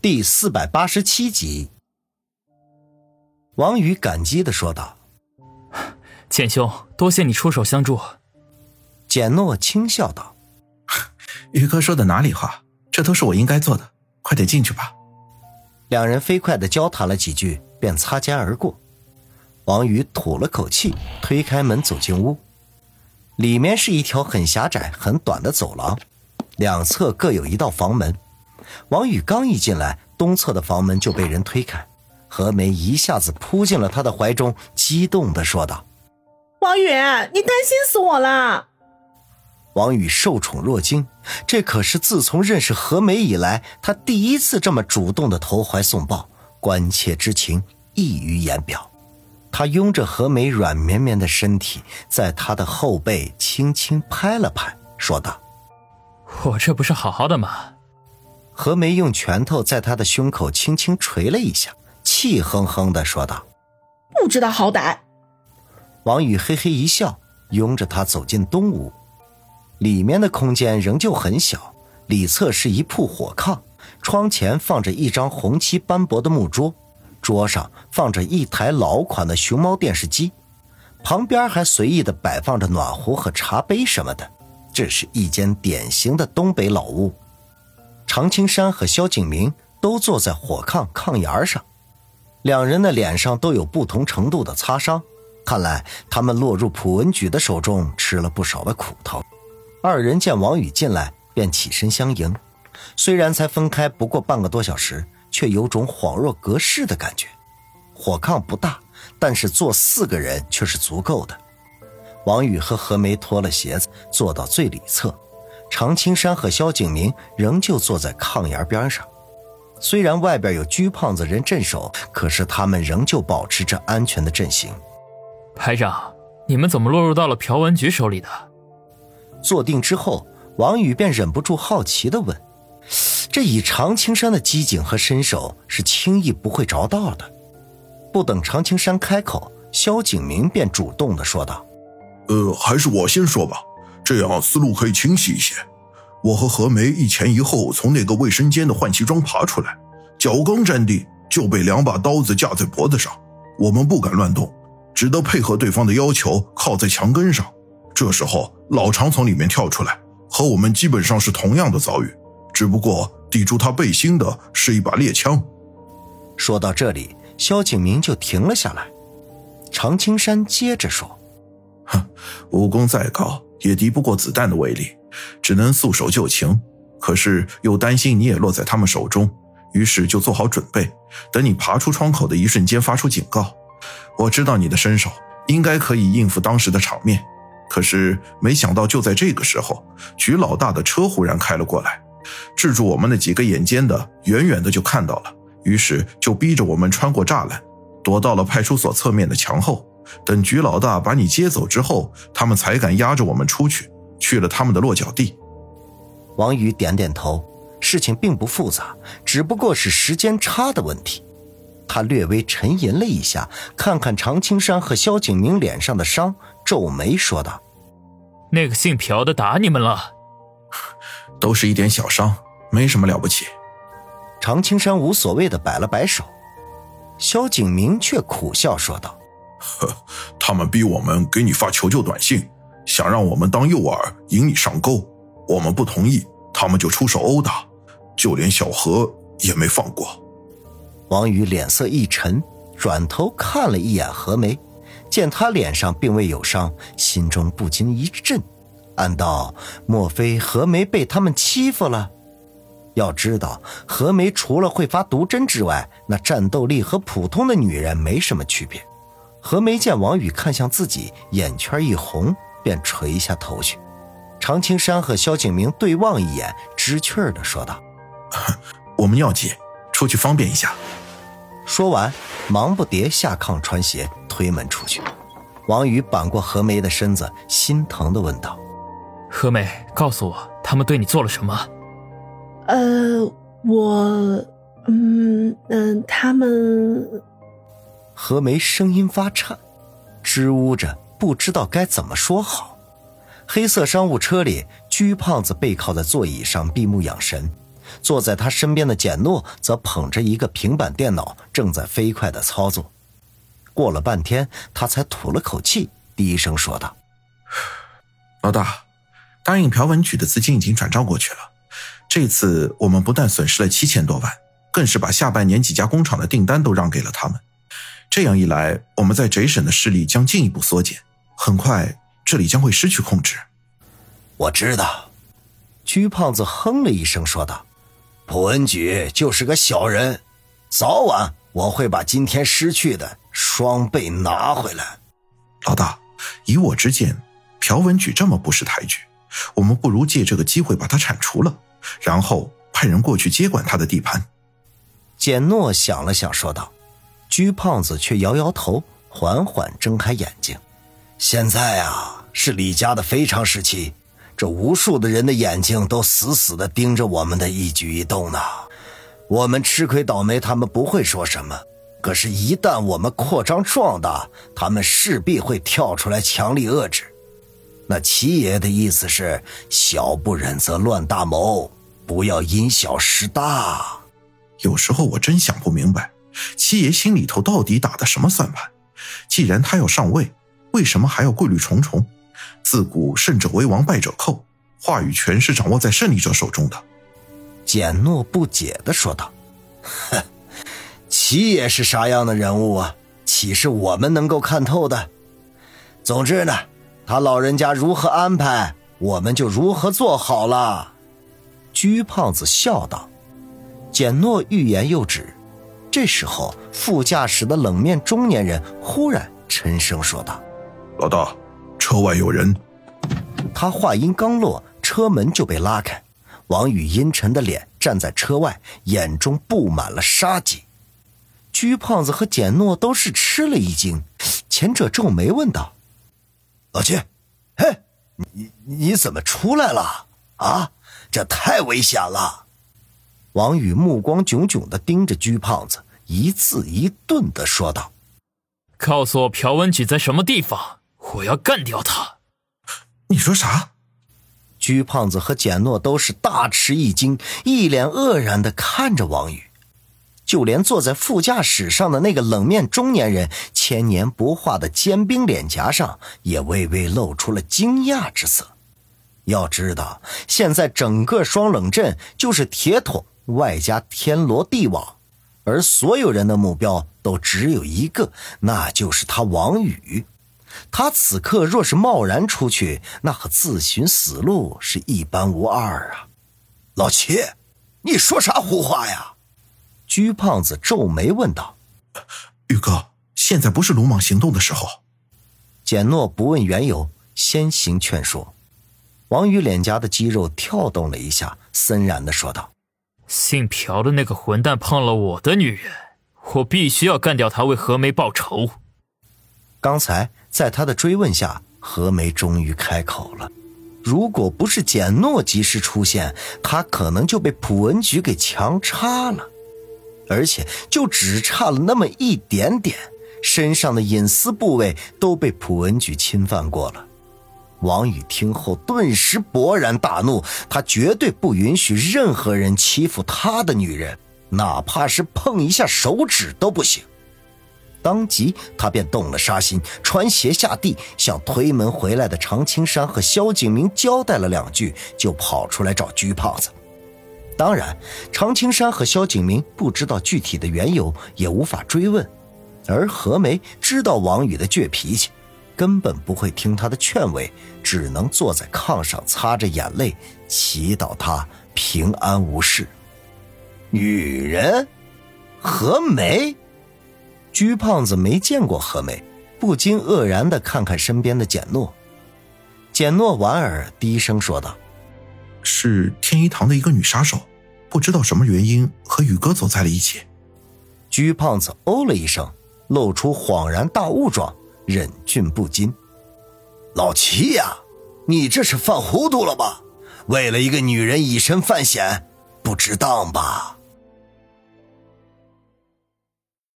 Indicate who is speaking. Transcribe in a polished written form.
Speaker 1: 第487集。王宇感激地说道：
Speaker 2: 简兄，多谢你出手相助。
Speaker 1: 简诺轻笑道：
Speaker 3: 宇哥说的哪里话，这都是我应该做的，快点进去吧。
Speaker 1: 两人飞快地交谈了几句，便擦肩而过。王宇吐了口气，推开门走进屋。里面是一条很狭窄很短的走廊，两侧各有一道房门。王宇刚一进来，东侧的房门就被人推开，何梅一下子扑进了他的怀中，激动地说道：
Speaker 4: 王宇，你担心死我了。
Speaker 1: 王宇受宠若惊，这可是自从认识何梅以来，他第一次这么主动地投怀送抱，关切之情溢于言表。他拥着何梅软绵绵的身体，在她的后背轻轻拍了拍，说道：
Speaker 2: 我这不是好好的吗？
Speaker 1: 何梅用拳头在他的胸口轻轻捶了一下，气哼哼地说道：
Speaker 4: 不知道好歹。
Speaker 1: 王宇嘿嘿一笑，拥着他走进东屋。里面的空间仍旧很小，里侧是一铺火炕，窗前放着一张红漆斑驳的木桌，桌上放着一台老款的熊猫电视机，旁边还随意地摆放着暖壶和茶杯什么的。这是一间典型的东北老屋。常青山和萧景明都坐在火炕炕沿上，两人的脸上都有不同程度的擦伤，看来他们落入普文举的手中吃了不少的苦头。二人见王宇进来便起身相迎，虽然才分开不过半个多小时，却有种恍若隔世的感觉。火炕不大，但是坐4个人却是足够的。王宇和何梅脱了鞋子坐到最里侧，常青山和萧景明仍旧坐在炕沿边上。虽然外边有居胖子人镇守，可是他们仍旧保持着安全的阵型。
Speaker 2: 排长，你们怎么落入到了朴文举手里的？
Speaker 1: 坐定之后，王宇便忍不住好奇地问：这以常青山的机警和身手，是轻易不会着道的。不等常青山开口，萧景明便主动地说道：
Speaker 5: 还是我先说吧，这样思路可以清晰一些。我和何梅一前一后从那个卫生间的换气桩爬出来，脚刚沾地就被2把刀子架在脖子上，我们不敢乱动，只得配合对方的要求靠在墙根上。这时候老常从里面跳出来，和我们基本上是同样的遭遇，只不过抵住他背心的是一把猎枪。
Speaker 1: 说到这里，萧景明就停了下来。常青山接着说：
Speaker 3: 武功再高也敌不过子弹的威力，只能束手就擒，可是又担心你也落在他们手中，于是就做好准备，等你爬出窗口的一瞬间发出警告。我知道你的身手应该可以应付当时的场面，可是没想到就在这个时候，举老大的车忽然开了过来，制住我们的几个眼尖的远远的就看到了，于是就逼着我们穿过栅栏，躲到了派出所侧面的墙后。等举老大把你接走之后，他们才敢押着我们出去，去了他们的落脚地。
Speaker 1: 王宇点点头，事情并不复杂，只不过是时间差的问题。他略微沉吟了一下，看看常青山和萧景明脸上的伤，皱眉说道：
Speaker 2: 那个姓朴的打你们了？
Speaker 3: 都是一点小伤，没什么了不起。
Speaker 1: 常青山无所谓地摆了摆手。萧景明却苦笑说道：
Speaker 5: 他们逼我们给你发求救短信，想让我们当诱饵引你上钩，我们不同意，他们就出手殴打，就连小何也没放过。
Speaker 1: 王宇脸色一沉，转头看了一眼何梅，见她脸上并未有伤，心中不禁一震，暗道莫非何梅被他们欺负了？要知道何梅除了会发毒针之外，那战斗力和普通的女人没什么区别。何梅见王宇看向自己，眼圈一红，便垂下头去。常青山和萧景明对望一眼，知趣儿地说道：
Speaker 3: 我们要紧，出去方便一下。
Speaker 1: 说完，忙不迭下炕穿鞋，推门出去。王宇扳过何梅的身子，心疼地问道：
Speaker 2: 何梅，告诉我他们对你做了什么？
Speaker 4: 他们……
Speaker 1: 何梅声音发颤，支吾着不知道该怎么说好。黑色商务车里，居胖子背靠在座椅上闭目养神， 坐在他身边的简诺则捧着一个平板电脑，正在飞快地操作。过了半天，他才吐了口气，低声说道：
Speaker 3: 老大，答应朴文举的资金已经转账过去了。这次我们不但损失了7000多万，更是把下半年几家工厂的订单都让给了他们。这样一来，我们在贼省的势力将进一步缩减，很快这里将会失去控制。
Speaker 1: 我知道。居胖子哼了一声说道：朴文举就是个小人，早晚我会把今天失去的双倍拿回来。
Speaker 3: 老大，以我之见，朴文举这么不识抬举，我们不如借这个机会把他铲除了，然后派人过去接管他的地盘。
Speaker 1: 简诺想了想说道。居胖子却摇摇头，缓缓睁开眼睛。现在啊，是李家的非常时期，这无数的人的眼睛都死死地盯着我们的一举一动呢。我们吃亏倒霉他们不会说什么，可是一旦我们扩张壮大，他们势必会跳出来强力遏制。那七爷的意思是，小不忍则乱大谋，不要因小失大。
Speaker 3: 有时候我真想不明白，七爷心里头到底打的什么算盘？既然他要上位，为什么还要顾虑重重？自古胜者为王，败者寇，话语权是掌握在胜利者手中的。
Speaker 1: 简诺不解地说道：哼，七爷是啥样的人物啊？岂是我们能够看透的？总之呢，他老人家如何安排，我们就如何做好了。居胖子笑道。简诺欲言又止，这时候副驾驶的冷面中年人忽然沉声说道：
Speaker 5: 老大，车外有人。
Speaker 1: 他话音刚落，车门就被拉开，王宇阴沉的脸站在车外，眼中布满了杀机。居胖子和简诺都是吃了一惊，前者皱眉问道：老七，嘿，你怎么出来了啊？这太危险了。王宇目光炯炯地盯着居胖子，一字一顿地说道：
Speaker 2: 告诉我朴文举在什么地方，我要干掉他。
Speaker 3: 你说啥？
Speaker 1: 居胖子和简诺都是大吃一惊，一脸愕然地看着王宇。就连坐在副驾驶上的那个冷面中年人，千年不化的坚冰脸颊上也微微露出了惊讶之色。要知道，现在整个双冷镇就是铁桶外加天罗地网，而所有人的目标都只有一个，那就是他王宇。他此刻若是贸然出去，那和自寻死路是一般无二啊。老七，你说啥胡话呀？居胖子皱眉问道。
Speaker 3: 宇哥，现在不是鲁莽行动的时候。
Speaker 1: 简诺不问缘由，先行劝说。王宇脸颊的肌肉跳动了一下，森然地说道：
Speaker 2: 姓朴的那个混蛋碰了我的女人，我必须要干掉他，为何梅报仇。
Speaker 1: 刚才在他的追问下，何梅终于开口了。如果不是简诺及时出现，他可能就被朴文举给强插了，而且就只差了那么一点点，身上的隐私部位都被朴文举侵犯过了。王宇听后顿时勃然大怒，他绝对不允许任何人欺负他的女人，哪怕是碰一下手指都不行。当即他便动了杀心，穿鞋下地，向推门回来的常青山和萧景明交代了两句，就跑出来找居胖子。当然，常青山和萧景明不知道具体的缘由，也无法追问，而何梅知道王宇的倔脾气，根本不会听他的劝慰，只能坐在炕上擦着眼泪，祈祷他平安无事。女人？何梅？居胖子没见过何梅，不禁愕然地看看身边的简诺。简诺莞尔低声说道：
Speaker 3: 是天一堂的一个女杀手，不知道什么原因和宇哥走在了一起。
Speaker 1: 居胖子哦了一声，露出恍然大悟状，忍俊不禁。老七呀，你这是犯糊涂了吧？为了一个女人以身犯险，不值当吧？